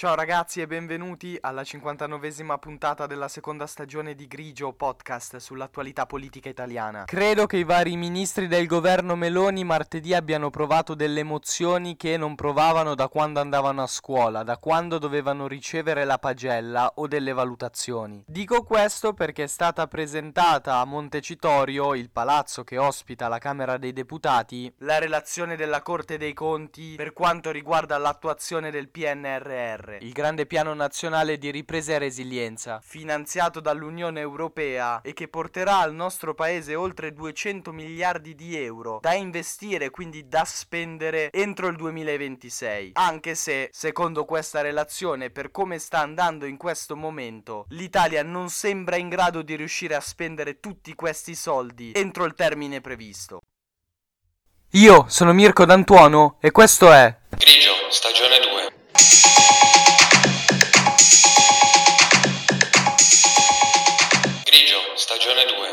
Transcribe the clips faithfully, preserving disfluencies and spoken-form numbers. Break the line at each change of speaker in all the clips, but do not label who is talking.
Ciao ragazzi e benvenuti alla cinquantanovesima puntata della seconda stagione di Grigio Podcast sull'attualità politica italiana. Credo che i vari ministri del governo Meloni martedì abbiano provato delle emozioni che non provavano da quando andavano a scuola, da quando dovevano ricevere la pagella o delle valutazioni. Dico questo perché è stata presentata a Montecitorio, il palazzo che ospita la Camera dei Deputati, la relazione della Corte dei Conti per quanto riguarda l'attuazione del P N R R. Il grande piano nazionale di ripresa e resilienza, finanziato dall'Unione Europea e che porterà al nostro paese oltre duecento miliardi di euro da investire, quindi da spendere entro il duemilaventisei. Anche se, secondo questa relazione, per come sta andando in questo momento, l'Italia non sembra in grado di riuscire a spendere tutti questi soldi entro il termine previsto. Io sono Mirko D'Antuono e questo è
Grigio, stagione due. Grigio, stagione due.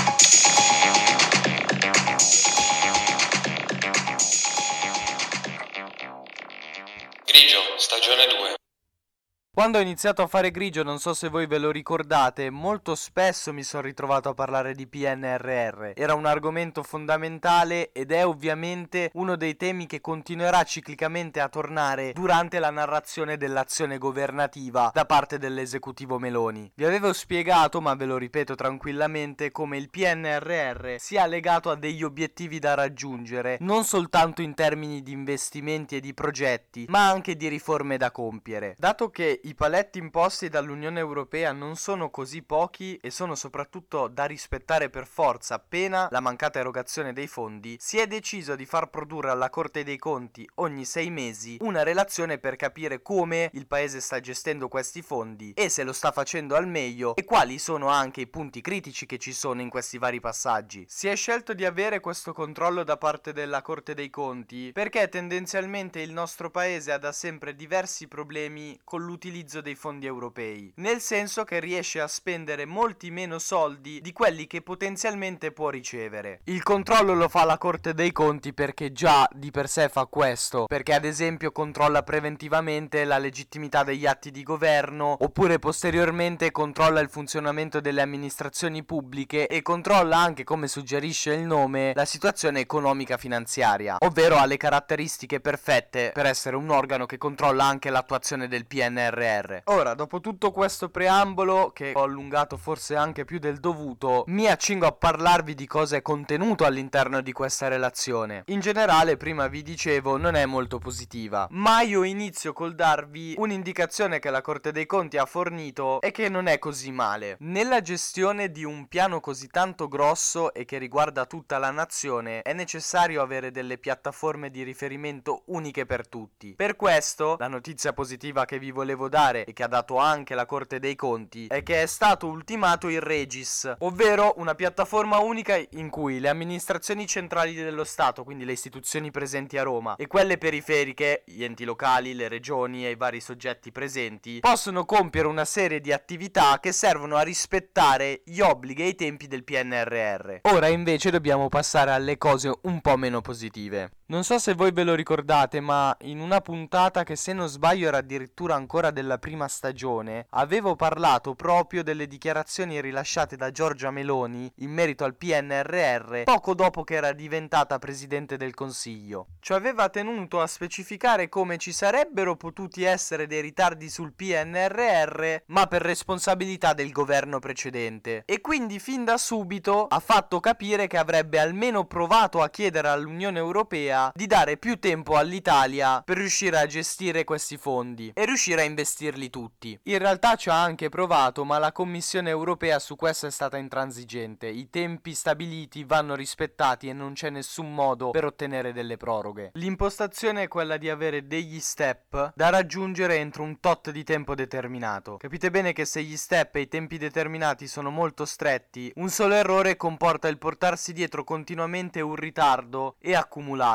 Grigio, stagione due.
Quando ho iniziato a fare Grigio, non so se voi ve lo ricordate, molto spesso mi sono ritrovato a parlare di P N R R. Era un argomento fondamentale ed è ovviamente uno dei temi che continuerà ciclicamente a tornare durante la narrazione dell'azione governativa da parte dell'esecutivo Meloni. Vi avevo spiegato, ma ve lo ripeto tranquillamente, come il P N R R sia legato a degli obiettivi da raggiungere, non soltanto in termini di investimenti e di progetti, ma anche di riforme da compiere. Dato che i paletti imposti dall'Unione Europea non sono così pochi e sono soprattutto da rispettare per forza, pena la mancata erogazione dei fondi, si è deciso di far produrre alla Corte dei Conti ogni sei mesi una relazione per capire come il paese sta gestendo questi fondi e se lo sta facendo al meglio e quali sono anche i punti critici che ci sono in questi vari passaggi. Si è scelto di avere questo controllo da parte della Corte dei Conti perché tendenzialmente il nostro paese ha da sempre diversi problemi con l'utilizzo dei fondi europei, nel senso che riesce a spendere molti meno soldi di quelli che potenzialmente può ricevere. Il controllo lo fa la Corte dei Conti perché già di per sé fa questo, perché ad esempio controlla preventivamente la legittimità degli atti di governo, oppure posteriormente controlla il funzionamento delle amministrazioni pubbliche e controlla anche, come suggerisce il nome, la situazione economica finanziaria, ovvero ha le caratteristiche perfette per essere un organo che controlla anche l'attuazione del P N R R. Ora, dopo tutto questo preambolo, che ho allungato forse anche più del dovuto, mi accingo a parlarvi di cosa è contenuto all'interno di questa relazione. In generale, prima vi dicevo, non è molto positiva, ma io inizio col darvi un'indicazione che la Corte dei Conti ha fornito e che non è così male. Nella gestione di un piano così tanto grosso e che riguarda tutta la nazione, è necessario avere delle piattaforme di riferimento uniche per tutti. Per questo, la notizia positiva che vi volevo dare e che ha dato anche la Corte dei Conti è che è stato ultimato il Regis, ovvero una piattaforma unica in cui le amministrazioni centrali dello Stato, quindi le istituzioni presenti a Roma, e quelle periferiche, gli enti locali, le regioni e i vari soggetti presenti, possono compiere una serie di attività che servono a rispettare gli obblighi e i tempi del P N R R. Ora invece dobbiamo passare alle cose un po' meno positive. Non so se voi ve lo ricordate, ma in una puntata che, se non sbaglio, era addirittura ancora della prima stagione, avevo parlato proprio delle dichiarazioni rilasciate da Giorgia Meloni in merito al P N R R poco dopo che era diventata Presidente del Consiglio. Ci aveva tenuto a specificare come ci sarebbero potuti essere dei ritardi sul P N R R, ma per responsabilità del governo precedente, e quindi fin da subito ha fatto capire che avrebbe almeno provato a chiedere all'Unione Europea di dare più tempo all'Italia per riuscire a gestire questi fondi e riuscire a investirli tutti. In realtà ci ha anche provato, ma la Commissione Europea su questo è stata intransigente. I tempi stabiliti vanno rispettati e non c'è nessun modo per ottenere delle proroghe. L'impostazione è quella di avere degli step da raggiungere entro un tot di tempo determinato. Capite bene che se gli step e i tempi determinati sono molto stretti, un solo errore comporta il portarsi dietro continuamente un ritardo e accumularlo.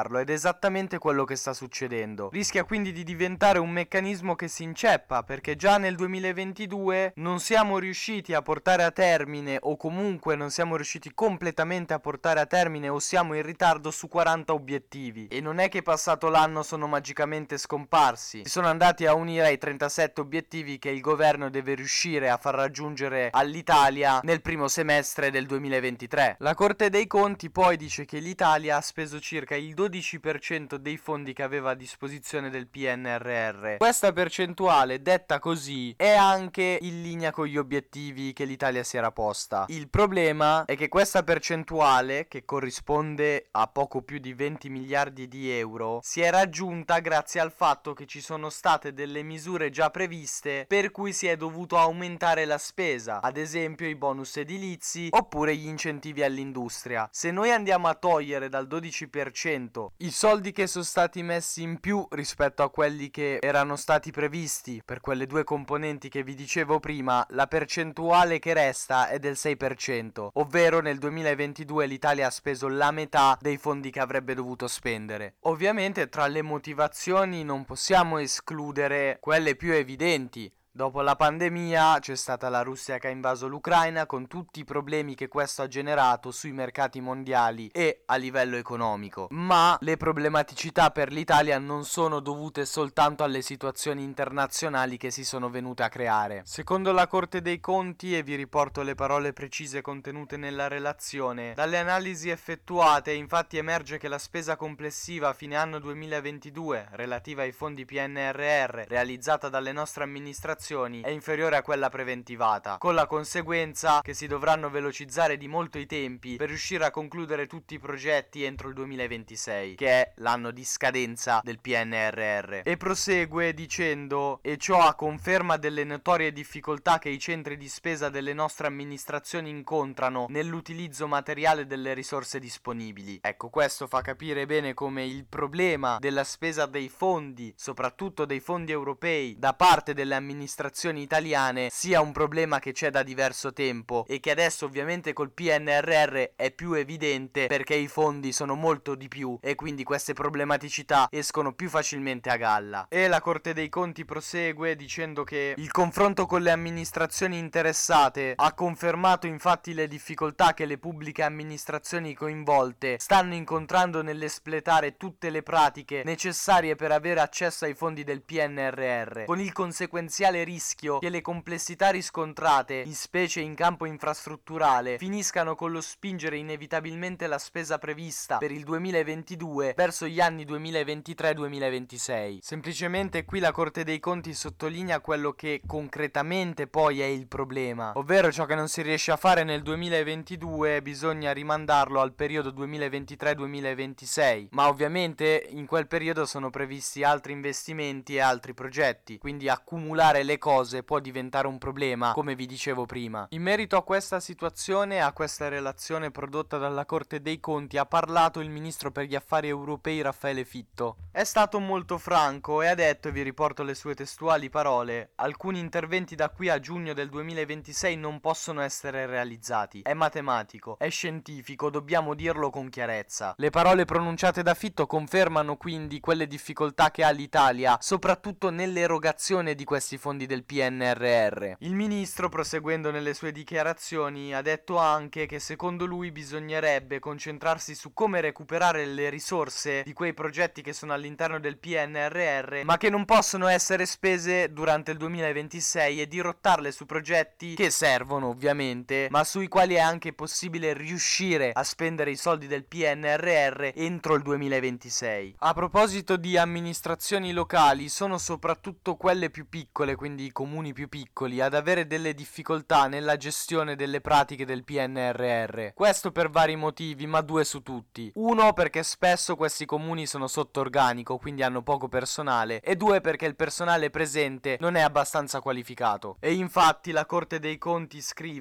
farlo ed è esattamente quello che sta succedendo. Rischia quindi di diventare un meccanismo che si inceppa, perché già nel duemilaventidue non siamo riusciti a portare a termine, o comunque non siamo riusciti completamente a portare a termine, o siamo in ritardo su quaranta obiettivi. E non è che passato l'anno sono magicamente scomparsi, si sono andati a unire ai trentasette obiettivi che il governo deve riuscire a far raggiungere all'Italia nel primo semestre del duemilaventitré. La Corte dei Conti poi dice che l'Italia ha speso circa il dodici per cento dei fondi che aveva a disposizione del P N R R. Questa percentuale, detta così, è anche in linea con gli obiettivi che l'Italia si era posta. Il problema è che questa percentuale, che corrisponde a poco più di venti miliardi di euro, si è raggiunta grazie al fatto che ci sono state delle misure già previste per cui si è dovuto aumentare la spesa, ad esempio i bonus edilizi oppure gli incentivi all'industria. Se noi andiamo a togliere dal dodici per cento i soldi che sono stati messi in più rispetto a quelli che erano stati previsti per quelle due componenti che vi dicevo prima, la percentuale che resta è del sei per cento, ovvero nel duemilaventidue l'Italia ha speso la metà dei fondi che avrebbe dovuto spendere. Ovviamente tra le motivazioni non possiamo escludere quelle più evidenti. Dopo la pandemia c'è stata la Russia che ha invaso l'Ucraina, con tutti i problemi che questo ha generato sui mercati mondiali e a livello economico. Ma le problematicità per l'Italia non sono dovute soltanto alle situazioni internazionali che si sono venute a creare. Secondo la Corte dei Conti, e vi riporto le parole precise contenute nella relazione, dalle analisi effettuate infatti emerge che la spesa complessiva a fine anno duemilaventidue relativa ai fondi P N R R realizzata dalle nostre amministrazioni è inferiore a quella preventivata, con la conseguenza che si dovranno velocizzare di molto i tempi per riuscire a concludere tutti i progetti entro il duemilaventisei, che è l'anno di scadenza del P N R R. E prosegue dicendo: e ciò a conferma delle notorie difficoltà che i centri di spesa delle nostre amministrazioni incontrano nell'utilizzo materiale delle risorse disponibili. Ecco, questo fa capire bene come il problema della spesa dei fondi, soprattutto dei fondi europei, da parte delle amministrazioni amministrazioni italiane sia un problema che c'è da diverso tempo e che adesso ovviamente col P N R R è più evidente perché i fondi sono molto di più e quindi queste problematicità escono più facilmente a galla. E la Corte dei Conti prosegue dicendo che il confronto con le amministrazioni interessate ha confermato infatti le difficoltà che le pubbliche amministrazioni coinvolte stanno incontrando nell'espletare tutte le pratiche necessarie per avere accesso ai fondi del P N R R, con il conseguenziale rischio che le complessità riscontrate, in specie in campo infrastrutturale, finiscano con lo spingere inevitabilmente la spesa prevista per il duemilaventidue verso gli anni duemilaventitré duemilaventisei. Semplicemente qui la Corte dei Conti sottolinea quello che concretamente poi è il problema, ovvero ciò che non si riesce a fare nel duemilaventidue bisogna rimandarlo al periodo duemilaventitré duemilaventisei, ma ovviamente in quel periodo sono previsti altri investimenti e altri progetti, quindi accumulare le cose può diventare un problema, come vi dicevo prima. In merito a questa situazione, a questa relazione prodotta dalla Corte dei Conti, ha parlato il ministro per gli affari europei Raffaele Fitto. È stato molto franco e ha detto, e vi riporto le sue testuali parole: alcuni interventi da qui a giugno del duemilaventisei non possono essere realizzati. È matematico, è scientifico, dobbiamo dirlo con chiarezza. Le parole pronunciate da Fitto confermano quindi quelle difficoltà che ha l'Italia, soprattutto nell'erogazione di questi fondi del P N R R. Il ministro, proseguendo nelle sue dichiarazioni, ha detto anche che secondo lui bisognerebbe concentrarsi su come recuperare le risorse di quei progetti che sono all'interno del P N R R, ma che non possono essere spese durante il duemilaventisei, e dirottarle su progetti che servono ovviamente, ma sui quali è anche possibile riuscire a spendere i soldi del P N R R entro il duemilaventisei. A proposito di amministrazioni locali, sono soprattutto quelle più piccole, quindi i comuni più piccoli, ad avere delle difficoltà nella gestione delle pratiche del P N R R. Questo per vari motivi, ma due su tutti. Uno, perché spesso questi comuni sono sotto organico, quindi hanno poco personale, e due, perché il personale presente non è abbastanza qualificato. E infatti la Corte dei Conti scrive: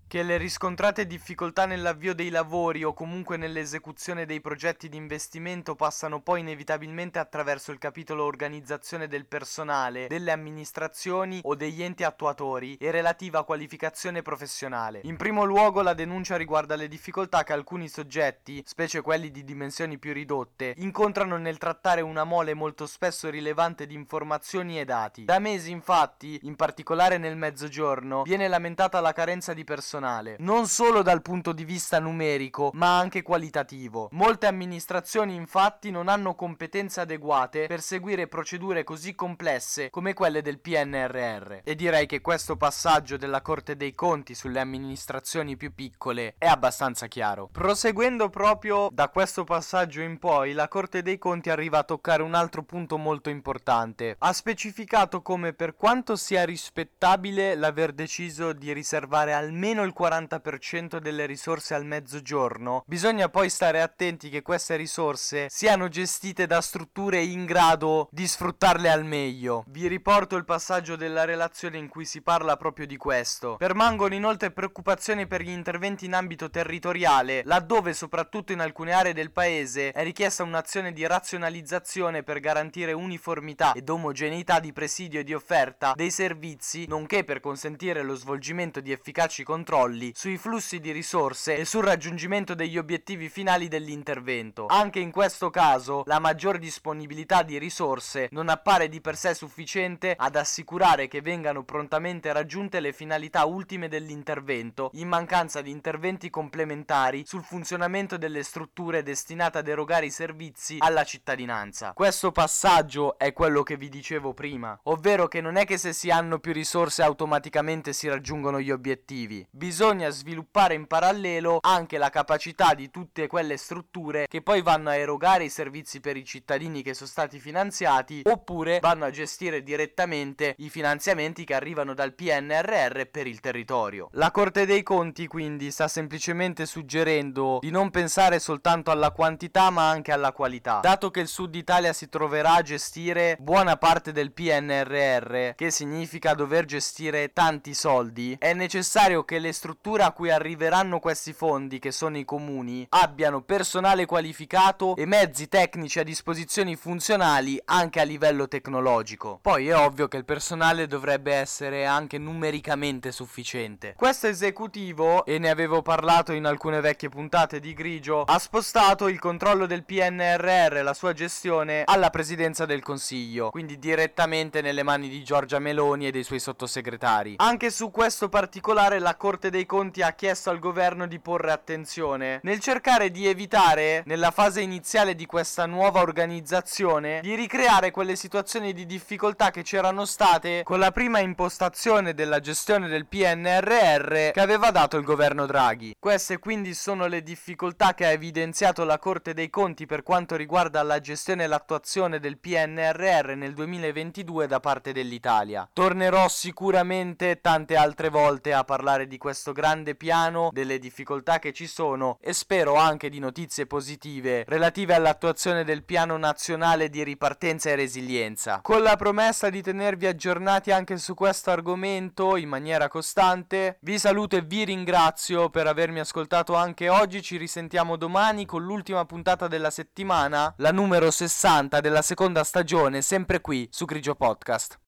che le riscontrate difficoltà nell'avvio dei lavori o comunque nell'esecuzione dei progetti di investimento passano poi inevitabilmente attraverso il capitolo organizzazione del personale, delle amministrazioni o degli enti attuatori e relativa qualificazione professionale. In primo luogo la denuncia riguarda le difficoltà che alcuni soggetti, specie quelli di dimensioni più ridotte, incontrano nel trattare una mole molto spesso rilevante di informazioni e dati. Da mesi infatti, in particolare nel mezzogiorno, viene lamentata la carenza di personale, non solo dal punto di vista numerico, ma anche qualitativo. Molte amministrazioni infatti non hanno competenze adeguate per seguire procedure così complesse come quelle del P N R R. E direi che questo passaggio della Corte dei Conti sulle amministrazioni più piccole è abbastanza chiaro. Proseguendo proprio da questo passaggio in poi, la Corte dei Conti arriva a toccare un altro punto molto importante. Ha specificato come per quanto sia rispettabile l'aver deciso di riservare almeno il quaranta per cento delle risorse al mezzogiorno, bisogna poi stare attenti che queste risorse siano gestite da strutture in grado di sfruttarle al meglio. Vi riporto il passaggio della relazione in cui si parla proprio di questo. Permangono inoltre preoccupazioni per gli interventi in ambito territoriale, laddove soprattutto in alcune aree del paese è richiesta un'azione di razionalizzazione per garantire uniformità ed omogeneità di presidio e di offerta dei servizi, nonché per consentire lo svolgimento di efficaci controlli sui flussi di risorse e sul raggiungimento degli obiettivi finali dell'intervento. Anche in questo caso la maggior disponibilità di risorse non appare di per sé sufficiente ad assicurare che vengano prontamente raggiunte le finalità ultime dell'intervento, in mancanza di interventi complementari sul funzionamento delle strutture destinate ad erogare i servizi alla cittadinanza. Questo passaggio è quello che vi dicevo prima, ovvero che non è che se si hanno più risorse automaticamente si raggiungono gli obiettivi. Bisogna sviluppare in parallelo anche la capacità di tutte quelle strutture che poi vanno a erogare i servizi per i cittadini che sono stati finanziati, oppure vanno a gestire direttamente i finanziamenti che arrivano dal P N R R per il territorio. La Corte dei Conti quindi sta semplicemente suggerendo di non pensare soltanto alla quantità ma anche alla qualità. Dato che il Sud Italia si troverà a gestire buona parte del P N R R, che significa dover gestire tanti soldi, è necessario che le strutture a cui arriveranno questi fondi, che sono i comuni, abbiano personale qualificato e mezzi tecnici a disposizione funzionali anche a livello tecnologico. Poi è ovvio che il personale dovrebbe essere anche numericamente sufficiente. Questo esecutivo, e ne avevo parlato in alcune vecchie puntate di Grigio, ha spostato il controllo del P N R R, la sua gestione, alla Presidenza del Consiglio, quindi direttamente nelle mani di Giorgia Meloni e dei suoi sottosegretari. Anche su questo particolare la Corte dei Conti ha chiesto al governo di porre attenzione nel cercare di evitare, nella fase iniziale di questa nuova organizzazione, di ricreare quelle situazioni di difficoltà che c'erano state con la prima impostazione della gestione del P N R R che aveva dato il governo Draghi. Queste quindi sono le difficoltà che ha evidenziato la Corte dei Conti per quanto riguarda la gestione e l'attuazione del P N R R nel duemilaventidue da parte dell'Italia. Tornerò sicuramente tante altre volte a parlare di questo grande piano, delle difficoltà che ci sono e spero anche di notizie positive relative all'attuazione del Piano Nazionale di Ripartenza e Resilienza, con la promessa di tenervi aggiornati anche su questo argomento in maniera costante. Vi saluto e vi ringrazio per avermi ascoltato anche oggi. Ci risentiamo domani con l'ultima puntata della settimana, la numero sessanta della seconda stagione, sempre qui su Grigio Podcast.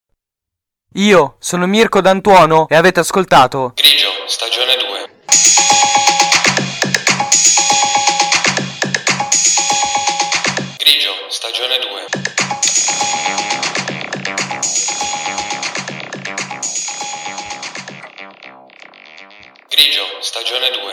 Io sono Mirko D'Antuono e avete ascoltato
Grigio, stagione due. Grigio, stagione due. Grigio, stagione due.